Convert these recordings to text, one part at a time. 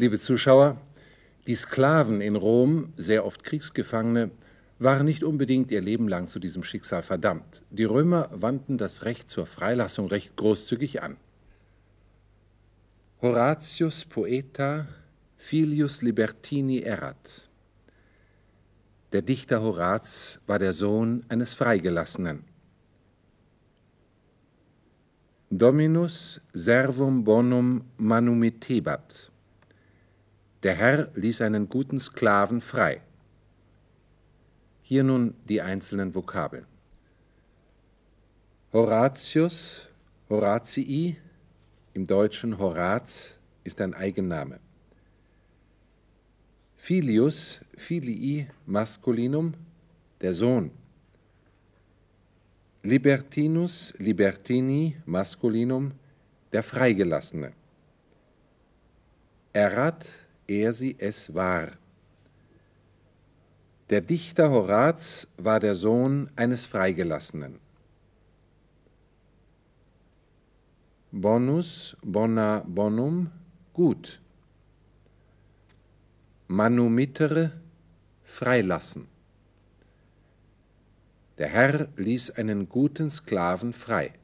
Liebe Zuschauer, die Sklaven in Rom, sehr oft Kriegsgefangene, waren nicht unbedingt ihr Leben lang zu diesem Schicksal verdammt. Die Römer wandten das Recht zur Freilassung recht großzügig an. Horatius Poeta filius libertini erat. Der Dichter Horaz war der Sohn eines Freigelassenen. Dominus servum bonum manumittebat. Der Herr ließ einen guten Sklaven frei. Hier nun die einzelnen Vokabeln. Horatius, Horatii, im Deutschen Horaz, ist ein Eigenname. Filius, filii, Maskulinum, der Sohn. Libertinus, libertini, Maskulinum, der Freigelassene. Erat, er sie es war. Der Dichter Horaz war der Sohn eines Freigelassenen. Bonus, bona, bonum, gut. Manumittere, freilassen. Der Herr ließ einen guten Sklaven frei.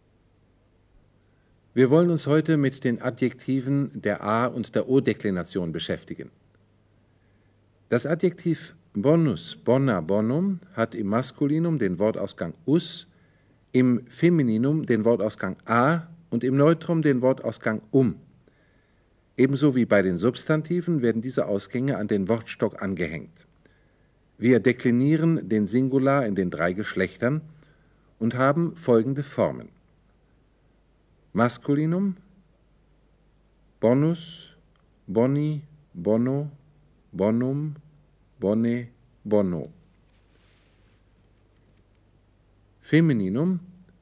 Wir wollen uns heute mit den Adjektiven der A- und der O-Deklination beschäftigen. Das Adjektiv bonus, bona, bonum hat im Maskulinum den Wortausgang us, im Femininum den Wortausgang a und im Neutrum den Wortausgang Ebenso wie bei den Substantiven werden diese Ausgänge an den Wortstock angehängt. Wir deklinieren den Singular in den 3 Geschlechtern und haben folgende Formen. Maskulinum, bonus, boni, bono, bonum, bone, bono. Femininum,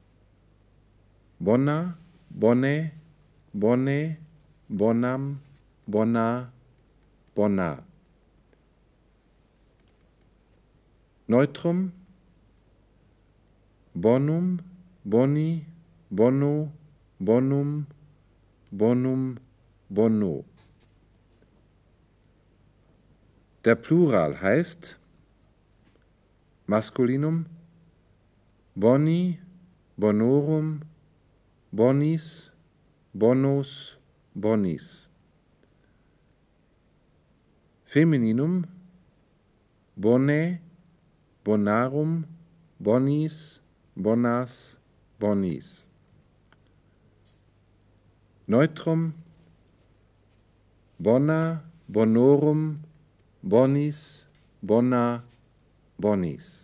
bona, bone, bone, bonam, bona, bona. Neutrum, bonum, boni, bono, bonum, bonum, bono. Der Plural heißt Maskulinum, boni, bonorum, bonis, bonos, bonis. Femininum, bone, bonarum, bonis, bonas, bonis. Neutrum, bona, bonorum, bonis, bona, bonis.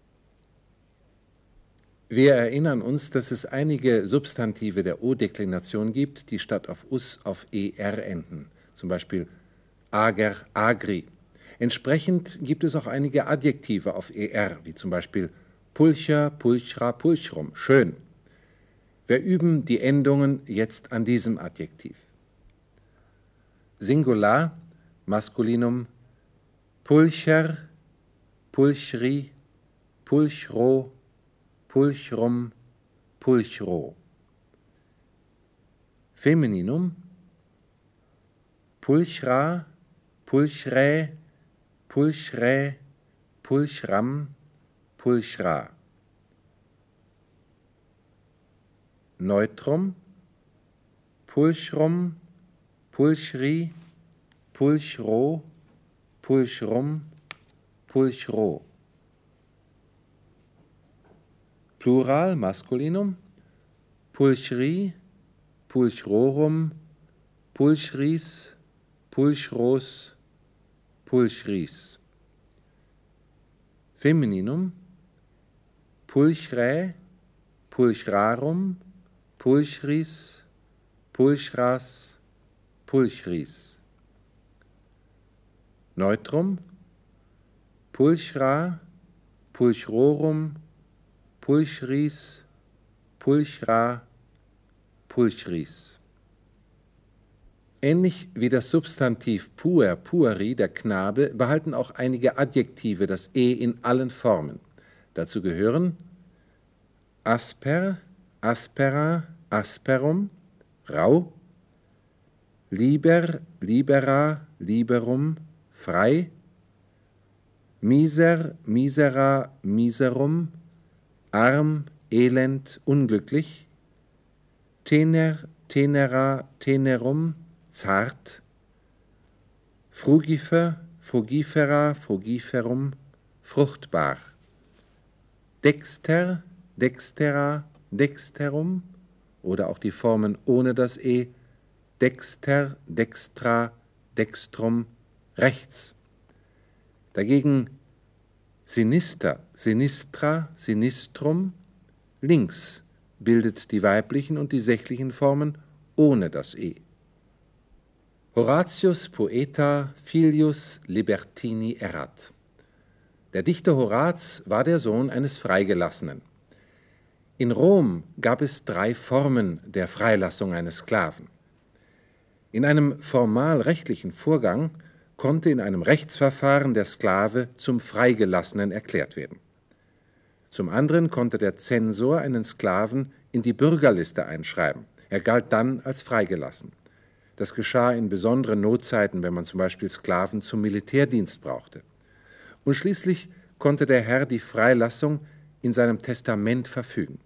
Wir erinnern uns, dass es einige Substantive der O-Deklination gibt, die statt auf us auf er enden, zum Beispiel ager, agri. Entsprechend gibt es auch einige Adjektive auf er, wie zum Beispiel pulcher, pulchra, pulchrum, schön. Wir üben die Endungen jetzt an diesem Adjektiv. Singular, Maskulinum, pulcher, pulchri, pulchro, pulchrum, pulchro. Femininum, pulchra, pulchrä, pulchrä, pulchram, pulchra. Neutrum, pulchrum, pulchri, pulchro, pulchrum, pulchro. Plural, Maskulinum, pulchri, pulchrorum, pulchris, pulchros, pulchris. Femininum, pulchrä, pulchrarum, pulchris, pulchras, pulchris. Neutrum, pulchra, pulchrorum, pulchris, pulchra, pulchris. Ähnlich wie das Substantiv puer, pueri, der Knabe, behalten auch einige Adjektive das E in allen Formen. Dazu gehören asper, aspera, asperum, rau, liber, libera, liberum, frei, miser, misera, miserum, arm, elend, unglücklich, tener, tenera, tenerum, zart, frugifer, frugifera, frugiferum, fruchtbar, dexter, dextera, dexterum oder auch die Formen ohne das E, dexter, dextra, dextrum, rechts. Dagegen sinister, sinistra, sinistrum, links bildet die weiblichen und die sächlichen Formen ohne das E. Horatius Poeta filius libertini erat. Der Dichter Horaz war der Sohn eines Freigelassenen. In Rom gab es 3 Formen der Freilassung eines Sklaven. In einem formal-rechtlichen Vorgang konnte in einem Rechtsverfahren der Sklave zum Freigelassenen erklärt werden. Zum anderen konnte der Zensor einen Sklaven in die Bürgerliste einschreiben. Er galt dann als freigelassen. Das geschah in besonderen Notzeiten, wenn man zum Beispiel Sklaven zum Militärdienst brauchte. Und schließlich konnte der Herr die Freilassung in seinem Testament verfügen.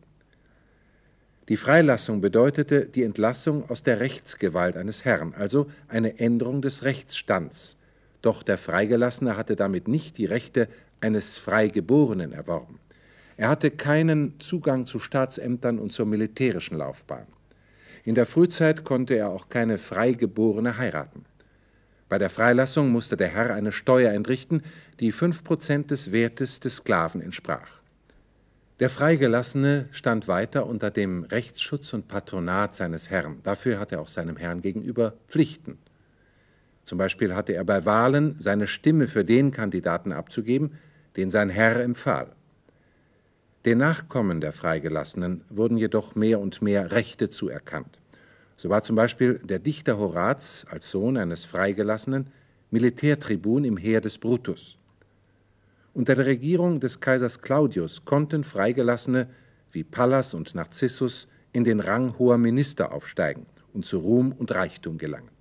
Die Freilassung bedeutete die Entlassung aus der Rechtsgewalt eines Herrn, also eine Änderung des Rechtsstands. Doch der Freigelassene hatte damit nicht die Rechte eines Freigeborenen erworben. Er hatte keinen Zugang zu Staatsämtern und zur militärischen Laufbahn. In der Frühzeit konnte er auch keine Freigeborene heiraten. Bei der Freilassung musste der Herr eine Steuer entrichten, die 5% des Wertes des Sklaven entsprach. Der Freigelassene stand weiter unter dem Rechtsschutz und Patronat seines Herrn. Dafür hatte er auch seinem Herrn gegenüber Pflichten. Zum Beispiel hatte er bei Wahlen seine Stimme für den Kandidaten abzugeben, den sein Herr empfahl. Den Nachkommen der Freigelassenen wurden jedoch mehr und mehr Rechte zuerkannt. So war zum Beispiel der Dichter Horaz als Sohn eines Freigelassenen Militärtribun im Heer des Brutus. Unter der Regierung des Kaisers Claudius konnten Freigelassene wie Pallas und Narzissus in den Rang hoher Minister aufsteigen und zu Ruhm und Reichtum gelangen.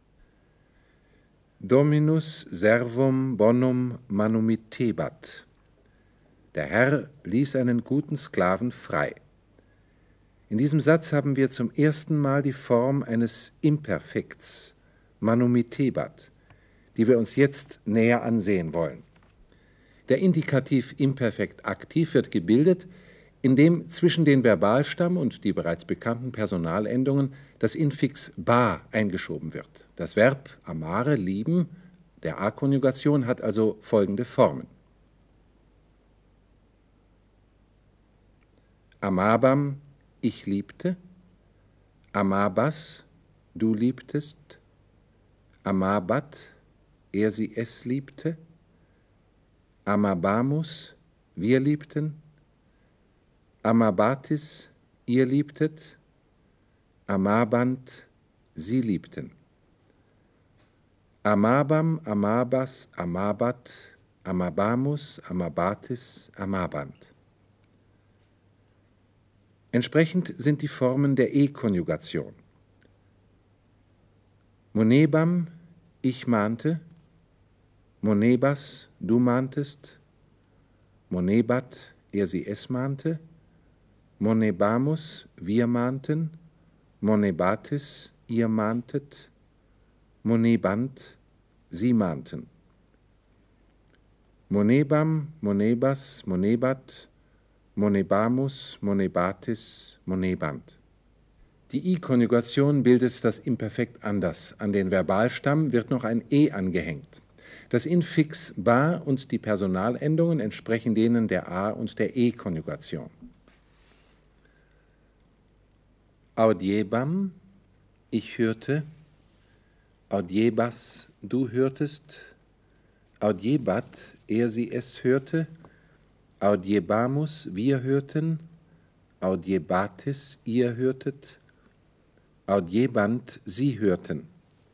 Dominus servum bonum manumitebat. Der Herr ließ einen guten Sklaven frei. In diesem Satz haben wir zum ersten Mal die Form eines Imperfekts, manumitebat, die wir uns jetzt näher ansehen wollen. Der Indikativ Imperfekt aktiv wird gebildet, indem zwischen den Verbalstamm und die bereits bekannten Personalendungen das Infix ba eingeschoben wird. Das Verb amare, lieben, der A-Konjugation hat also folgende Formen. Amabam, ich liebte. Amabas, du liebtest. Amabat, er sie es liebte. Amabamus, wir liebten. Amabatis, ihr liebtet. Amabant, sie liebten. Amabam, amabas, amabat, amabamus, amabatis, amabant. Entsprechend sind die Formen der E-Konjugation. Monebam, ich mahnte. Monebas, du mahntest. Monebat, er sie es mahnte. Monebamus, wir mahnten. Monebatis, ihr mahntet. Monebant, sie mahnten. Monebam, monebas, monebat, monebamus, monebatis, monebant. Die I-Konjugation bildet das Imperfekt anders. An den Verbalstamm wird noch ein E angehängt. Das Infix ba und die Personalendungen entsprechen denen der A- und der E-Konjugation. Audiebam, ich hörte. Audiebas, du hörtest. Audiebat, er sie es hörte. Audiebamus, wir hörten. Audiebatis, ihr hörtet. Audiebant, sie hörten.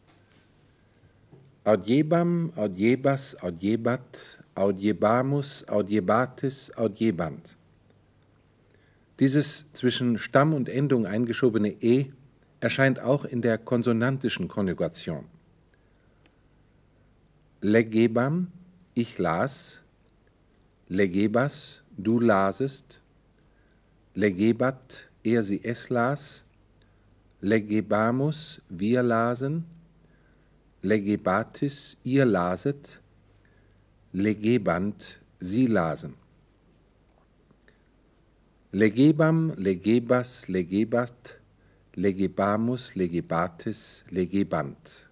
Audiebam, audiebas, audiebat, audiebamus, audiebatis, audiebant. Dieses zwischen Stamm und Endung eingeschobene E erscheint auch in der konsonantischen Konjugation. Legebam, ich las, legebas, du lasest, legebat, er sie es las, legebamus, wir lasen, legebatis, ihr laset, legebant, sie lasen. Legebam, legebas, legebat, legebamus, legebatis, legebant.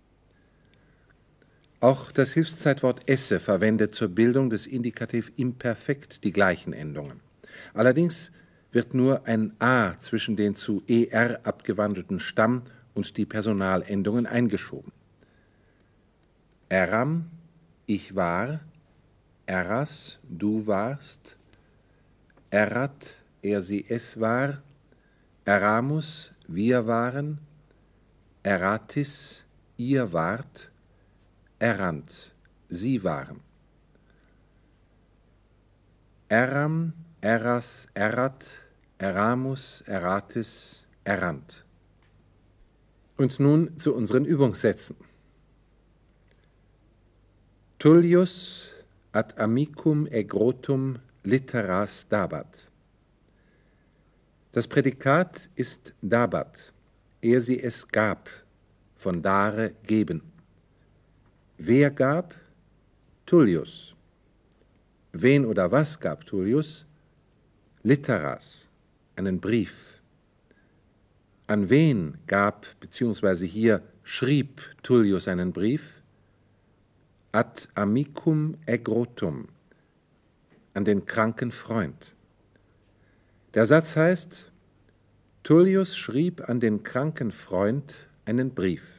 Auch das Hilfszeitwort esse verwendet zur Bildung des Indikativ Imperfekt die gleichen Endungen. Allerdings wird nur ein a zwischen den zu er abgewandelten Stamm- und die Personalendungen eingeschoben. Eram, ich war, eras, du warst, erat, er sie es war, eramus, wir waren, eratis, ihr wart, erant, sie waren. Eram, eras, erat, eramus, eratis, erant. Und nun zu unseren Übungssätzen. Tullius ad amicum egrotum litteras dabat. Das Prädikat ist dabat, er sie es gab, von dare geben. Wer gab? Tullius. Wen oder was gab Tullius? Litteras, einen Brief. An wen gab bzw. hier schrieb Tullius einen Brief? Ad amicum egrotum, an den kranken Freund. Der Satz heißt, Tullius schrieb an den kranken Freund einen Brief.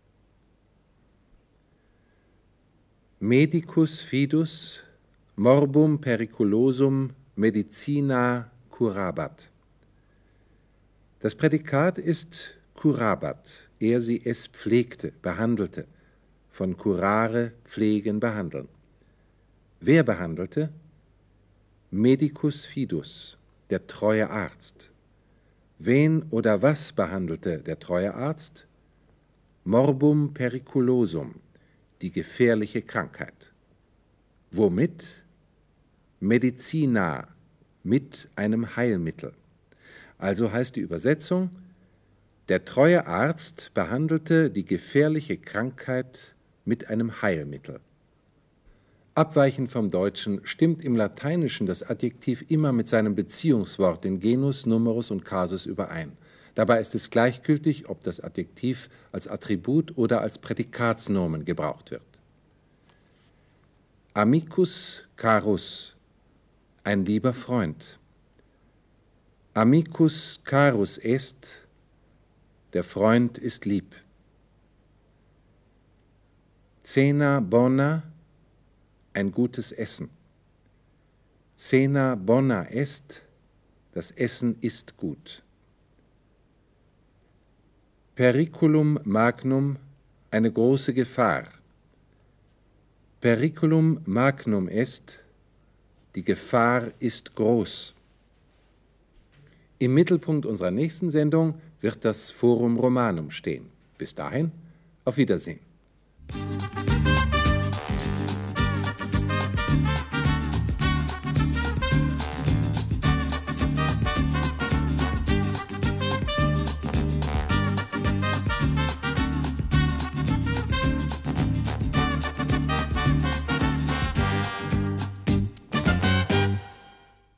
Medicus fidus morbum periculosum medicina curabat. Das Prädikat ist curabat, er sie es pflegte, behandelte, von curare, pflegen, behandeln. Wer behandelte? Medicus fidus, der treue Arzt. Wen oder was behandelte der treue Arzt? Morbum periculosum, die gefährliche Krankheit. Womit? Medicina, mit einem Heilmittel. Also heißt die Übersetzung, der treue Arzt behandelte die gefährliche Krankheit mit einem Heilmittel. Abweichend vom Deutschen stimmt im Lateinischen das Adjektiv immer mit seinem Beziehungswort in Genus, Numerus und Kasus überein. Dabei ist es gleichgültig, ob das Adjektiv als Attribut oder als Prädikatsnomen gebraucht wird. Amicus carus, ein lieber Freund. Amicus carus est, der Freund ist lieb. Cena bona, ein gutes Essen. Cena bona est, das Essen ist gut. Periculum magnum, eine große Gefahr. Periculum magnum est, die Gefahr ist groß. Im Mittelpunkt unserer nächsten Sendung wird das Forum Romanum stehen. Bis dahin, auf Wiedersehen.